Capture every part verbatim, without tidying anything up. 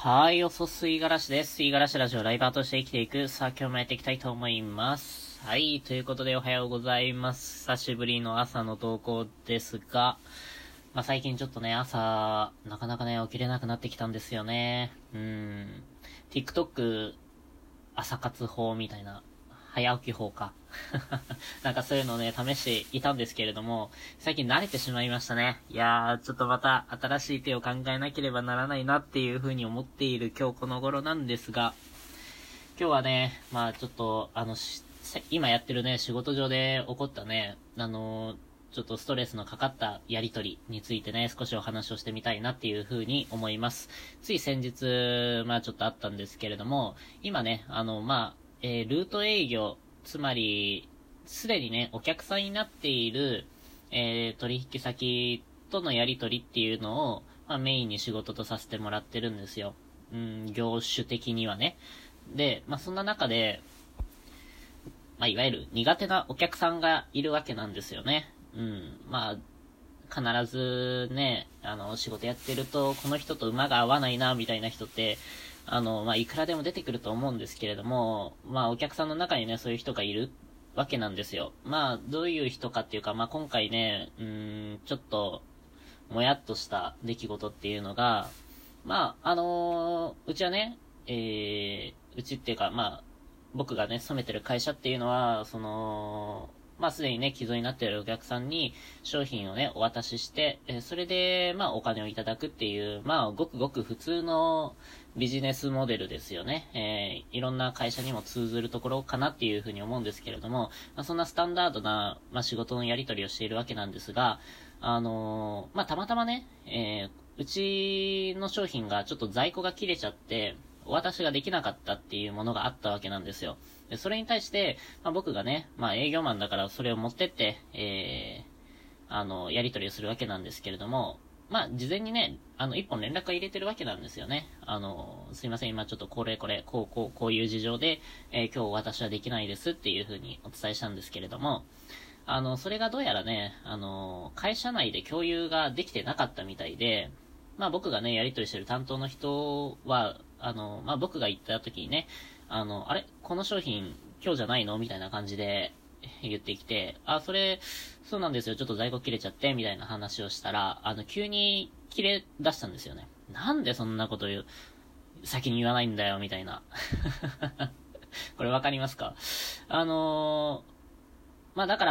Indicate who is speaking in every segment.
Speaker 1: はい、おそすいがらしです。すいがらしラジオライバーとして生きていく。さあ、今日もやっていきたいと思います。はい、ということでおはようございます。久しぶりの朝の投稿ですが、まあ、最近ちょっとね、朝、なかなかね、起きれなくなってきたんですよね。うーん。TikTok、朝活法みたいな、早起き法か。なんかそういうのをね、試していたんですけれども、最近慣れてしまいましたね。いやー、ちょっとまた新しい手を考えなければならないなっていう風に思っている今日この頃なんですが、今日はね、まあちょっと、あの、今やってるね、仕事上で起こったね、あのー、ちょっとストレスのかかったやりとりについてね、少しお話をしてみたいなっていう風に思います。つい先日、まあちょっとあったんですけれども、今ね、あの、まあ、えー、ルート営業、つまり、すでにね、お客さんになっている、えー、取引先とのやりとりっていうのを、まあメインに仕事とさせてもらってるんですよ。うん、業種的にはね。で、まあそんな中で、まあいわゆる苦手なお客さんがいるわけなんですよね。うん、まあ、必ずね、あの、仕事やってると、この人と馬が合わないな、みたいな人って、あの、まあ、いくらでも出てくると思うんですけれども、まあ、お客さんの中にね、そういう人がいるわけなんですよ。まあ、どういう人かっていうか、まあ、今回ね、うーん、ちょっと、もやっとした出来事っていうのが、まあ、あのー、うちはね、えー、うちっていうか、まあ、僕がね、勤めてる会社っていうのは、その、まあ、すでにね、既存になっているお客さんに商品をね、お渡しして、えー、それで、まあ、お金をいただくっていう、まあ、ごくごく普通のビジネスモデルですよね。えー、いろんな会社にも通ずるところかなっていうふうに思うんですけれども、まあ、そんなスタンダードな、まあ、仕事のやり取りをしているわけなんですが、あのー、まあ、たまたまね、えー、うちの商品がちょっと在庫が切れちゃって、お渡しができなかったっていうものがあったわけなんですよ。で、それに対して、まあ、僕がね、まあ、営業マンだからそれを持ってって、えー、あの、やり取りをするわけなんですけれども、まあ、事前にね、あの、一本連絡を入れてるわけなんですよね。あの、すいません、今ちょっとこれこれ、こうこう、こういう事情で、えー、今日私はできないですっていう風にお伝えしたんですけれども、あの、それがどうやらね、あの、会社内で共有ができてなかったみたいで、まあ僕がね、やりとりしてる担当の人は、あの、まあ僕が行った時にね、あの、あれこの商品今日じゃないのみたいな感じで言ってきて、あ、それ、そうなんですよ、ちょっと在庫切れちゃって、みたいな話をしたら、あの、急に切れ出したんですよね。なんでそんなこと言う、先に言わないんだよ、みたいな。これわかりますか？あのー、まあだから、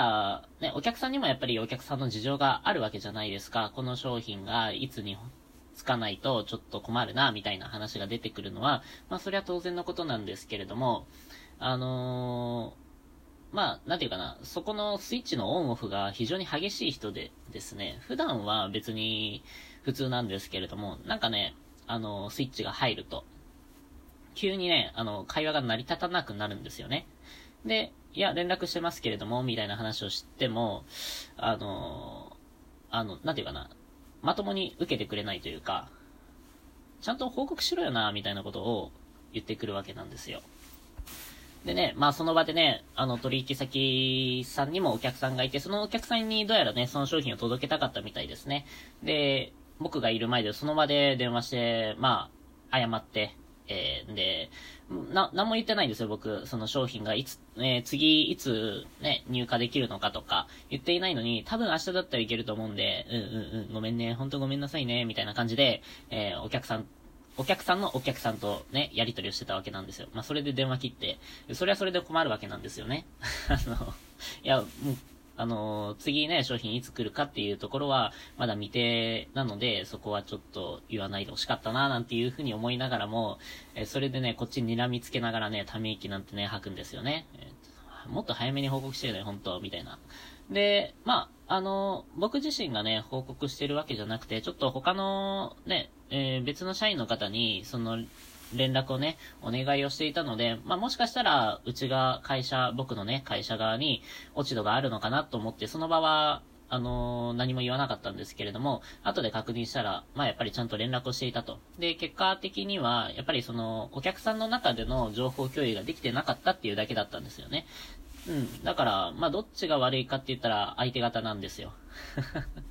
Speaker 1: ね、お客さんにもやっぱりお客さんの事情があるわけじゃないですか。この商品がいつにつかないとちょっと困るな、みたいな話が出てくるのは、まあそれは当然のことなんですけれども、あのー、まあ、なんていうかな、そこのスイッチのオンオフが非常に激しい人でですね、普段は別に普通なんですけれども、なんかね、あのー、スイッチが入ると、急にね、あの、会話が成り立たなくなるんですよね。で、いや、連絡してますけれども、みたいな話をしても、あの、あの、なんていうかな、まともに受けてくれないというか、ちゃんと報告しろよな、みたいなことを言ってくるわけなんですよ。でね、まあその場でね、あの取引先さんにもお客さんがいて、そのお客さんにどうやらね、その商品を届けたかったみたいですね。で、僕がいる前でその場で電話して、まあ、謝って、えー、で、な、何も言ってないんですよ、僕。その商品がいつ、えー、次、いつ、ね、入荷できるのかとか、言っていないのに、多分明日だったらいけると思うんで、うんうんうん、ごめんね、ほんとごめんなさいね、みたいな感じで、えー、お客さん、お客さんのお客さんとね、やり取りをしてたわけなんですよ。まあ、それで電話切って、それはそれで困るわけなんですよね。あの、いや、もう、あの、次ね、商品いつ来るかっていうところは、まだ未定なので、そこはちょっと言わないでほしかったな、なんていうふうに思いながらも、えそれでね、こっちに睨みつけながらね、ため息なんてね、吐くんですよね。えー、もっと早めに報告してるね、本当みたいな。で、まあ、あの、僕自身がね、報告してるわけじゃなくて、ちょっと他のね、えー、別の社員の方に、その、連絡をね、お願いをしていたので、まあ、もしかしたら、うちが会社、僕のね、会社側に落ち度があるのかなと思って、その場は、あのー、何も言わなかったんですけれども、後で確認したら、まあ、やっぱりちゃんと連絡をしていたと。で、結果的には、やっぱりその、お客さんの中での情報共有ができてなかったっていうだけだったんですよね。うん。だから、まあ、どっちが悪いかって言ったら、相手方なんですよ。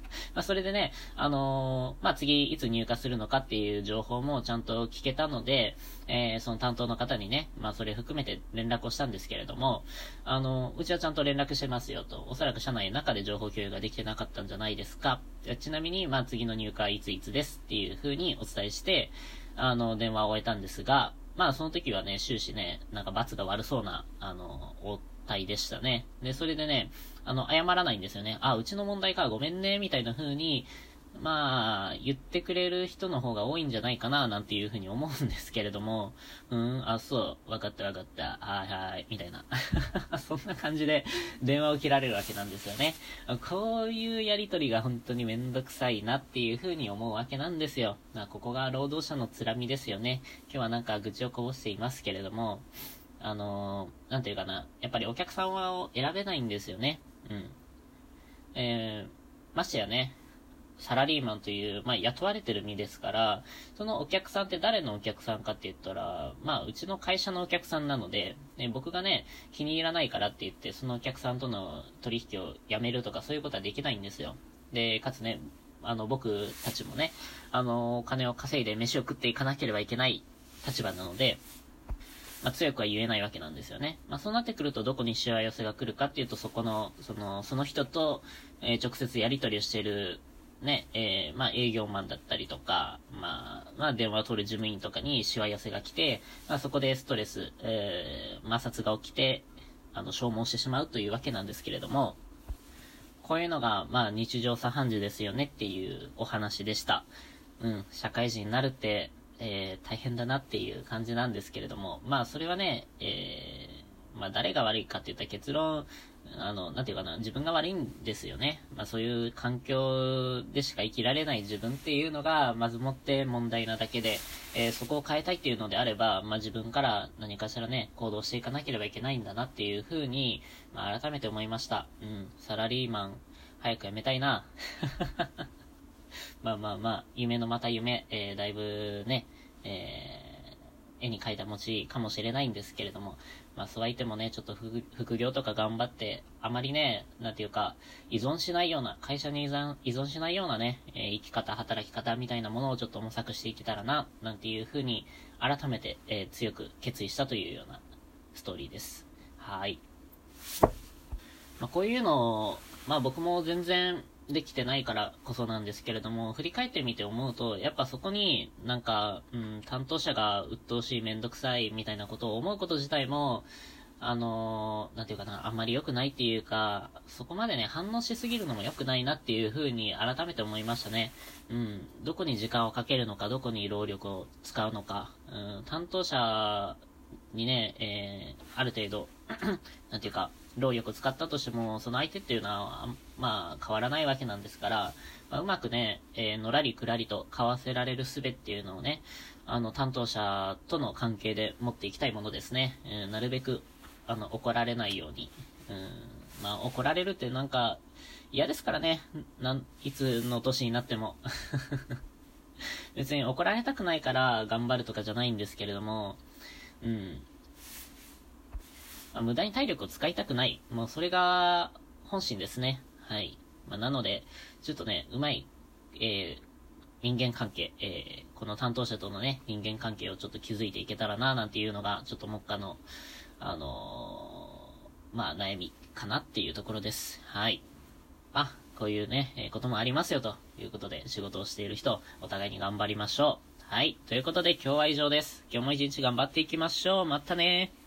Speaker 1: まあ、それでね、あのー、まあ、次いつ入荷するのかっていう情報もちゃんと聞けたので、えー、その担当の方にね、まあ、それ含めて連絡をしたんですけれども、あのー、うちはちゃんと連絡してますよと、おそらく社内の中で情報共有ができてなかったんじゃないですか。ちなみに、まあ、次の入荷いついつですっていう風にお伝えして、あの、電話を終えたんですが、まあ、その時はね、終始ね、なんか罰が悪そうな、あの、応対でしたね。で、それでね、あの、謝らないんですよね。あ、うちの問題か、ごめんね、みたいな風に、まあ、言ってくれる人の方が多いんじゃないかな、なんていう風に思うんですけれども、うーん、あ、そう、わかったわかった、はいはい、みたいな。そんな感じで電話を切られるわけなんですよね。こういうやりとりが本当にめんどくさいなっていう風に思うわけなんですよ。まあ、ここが労働者のつらみですよね。今日はなんか愚痴をこぼしていますけれども、あのー、なんていうかな、やっぱりお客さんを選べないんですよね。うん。えー、ましてやね、サラリーマンという、まあ、雇われてる身ですから、そのお客さんって誰のお客さんかって言ったら、まあ、うちの会社のお客さんなので、ね、僕がね、気に入らないからって言って、そのお客さんとの取引をやめるとかそういうことはできないんですよ。で、かつね、あの、僕たちもね、あの、お金を稼いで飯を食っていかなければいけない立場なので、まあ、強くは言えないわけなんですよね。まあ、そうなってくるとどこにしわ寄せが来るかっていうと、そこの、その、その人と、えー、直接やり取りをしている、ね、えー、まあ、営業マンだったりとか、まあ、まあ、電話を取る事務員とかにしわ寄せが来て、まあ、そこでストレス、えー、摩擦が起きて、あの、消耗してしまうというわけなんですけれども、こういうのが、まあ、日常茶飯事ですよねっていうお話でした。うん、社会人になるって、えー、大変だなっていう感じなんですけれども、まあ、それはね、えー、まあ、誰が悪いかって言ったら結論、あの、なんていうかな、自分が悪いんですよね。まあ、そういう環境でしか生きられない自分っていうのが、まずもって問題なだけで、えー、そこを変えたいっていうのであれば、まあ、自分から何かしらね、行動していかなければいけないんだなっていうふうに、まあ、改めて思いました。うん、サラリーマン、早く辞めたいな。まあまあまあ、夢のまた夢、えー、だいぶね、えー、絵に描いた餅かもしれないんですけれども、まあそうは言ってもね、ちょっと副副業とか頑張って、あまりね、なんていうか、依存しないような、会社に依存依存しないようなね、えー、生き方、働き方みたいなものをちょっと模索していけたらな、なんていうふうに、改めて、えー、強く決意したというようなストーリーです。はい。まあこういうのを、まあ僕も全然、できてないからこそなんですけれども、振り返ってみて思うと、やっぱそこになんか、うん、担当者が鬱陶しい、めんどくさいみたいなことを思うこと自体も、あのー、なんていうかな、あんまり良くないっていうか、そこまでね、反応しすぎるのも良くないなっていう風に改めて思いましたね。うん、どこに時間をかけるのか、どこに労力を使うのか、うん、担当者にね、えー、ある程度、なんていうか、労力を使ったとしても、その相手っていうのは、まあ、変わらないわけなんですから、まあ、うまくね、えー、のらりくらりと交わせられる術っていうのをね、あの、担当者との関係で持っていきたいものですね。えー、なるべく、あの、怒られないように。うん、まあ、怒られるってなんか、嫌ですからね。なん、いつの年になっても。別に怒られたくないから頑張るとかじゃないんですけれども、うん。まあ、無駄に体力を使いたくない。もうそれが本心ですね。はい。まあ、なので、ちょっとね、うまい、えー、人間関係、えー、この担当者とのね、人間関係をちょっと築いていけたらな、なんていうのが、ちょっと目下の、あのー、まあ、悩みかなっていうところです。はい。あ、こういうね、えー、こともありますよ、ということで、仕事をしている人、お互いに頑張りましょう。はい。ということで、今日は以上です。今日も一日頑張っていきましょう。またねー。